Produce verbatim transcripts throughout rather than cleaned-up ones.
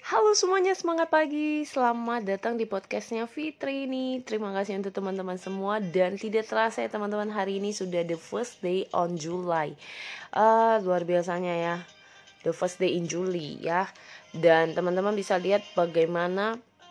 Halo semuanya, semangat pagi. Selamat datang di podcastnya Fitri nih. Terima kasih untuk teman-teman semua. Dan tidak terasa ya teman-teman, hari ini sudah the first day on July. uh, Luar biasanya ya, the first day in July ya. Dan teman-teman bisa lihat bagaimana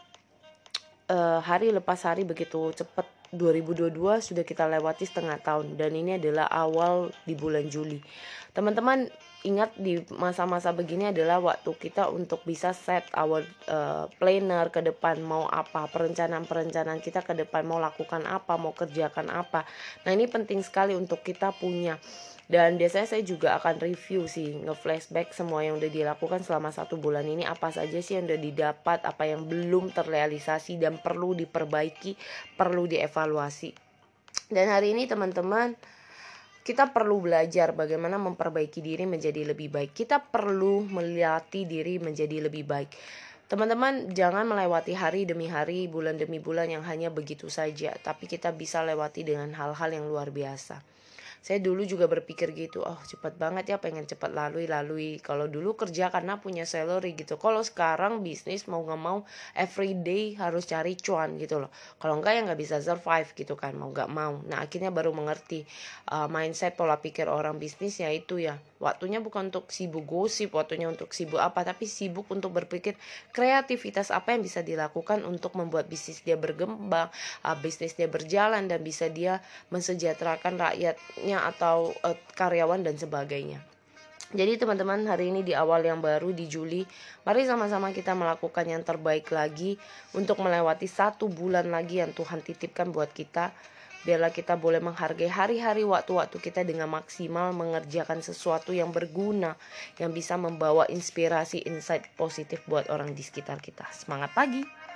uh, hari lepas hari begitu cepat. dua ribu dua puluh dua sudah kita lewati setengah tahun. Dan ini adalah awal di bulan Juli. Teman-teman ingat, di masa-masa begini adalah waktu kita untuk bisa set our uh, planner ke depan, mau apa, perencanaan-perencanaan kita ke depan, mau lakukan apa, mau kerjakan apa. Nah ini penting sekali untuk kita punya. Dan biasanya saya juga akan review sih, nge-flashback semua yang udah dilakukan selama satu bulan ini, apa saja sih yang udah didapat, apa yang belum terrealisasi dan perlu diperbaiki, perlu dievaluasi. Dan hari ini teman-teman, kita perlu belajar bagaimana memperbaiki diri menjadi lebih baik. Kita perlu melatih diri menjadi lebih baik. Teman-teman, jangan melewati hari demi hari, bulan demi bulan yang hanya begitu saja. Tapi kita bisa lewati dengan hal-hal yang luar biasa. Saya dulu juga berpikir gitu, oh cepat banget ya, pengen cepat lalui-lalui. Kalau dulu kerja karena punya salary gitu. Kalau sekarang bisnis mau gak mau everyday harus cari cuan gitu loh. Kalau enggak ya gak bisa survive gitu kan, mau gak mau. Nah akhirnya baru mengerti uh, mindset pola pikir orang bisnis, yaitu ya waktunya bukan untuk sibuk gosip, waktunya untuk sibuk apa, tapi sibuk untuk berpikir kreativitas apa yang bisa dilakukan untuk membuat bisnis dia berkembang, uh, bisnis dia berjalan, dan bisa dia mensejahterakan rakyatnya atau uh, karyawan dan sebagainya. Jadi teman-teman, hari ini di awal yang baru di Juli, mari sama-sama kita melakukan yang terbaik lagi untuk melewati satu bulan lagi yang Tuhan titipkan buat kita. Biarlah kita boleh menghargai hari-hari waktu-waktu kita dengan maksimal, mengerjakan sesuatu yang berguna, yang bisa membawa inspirasi, insight positif buat orang di sekitar kita. Semangat pagi!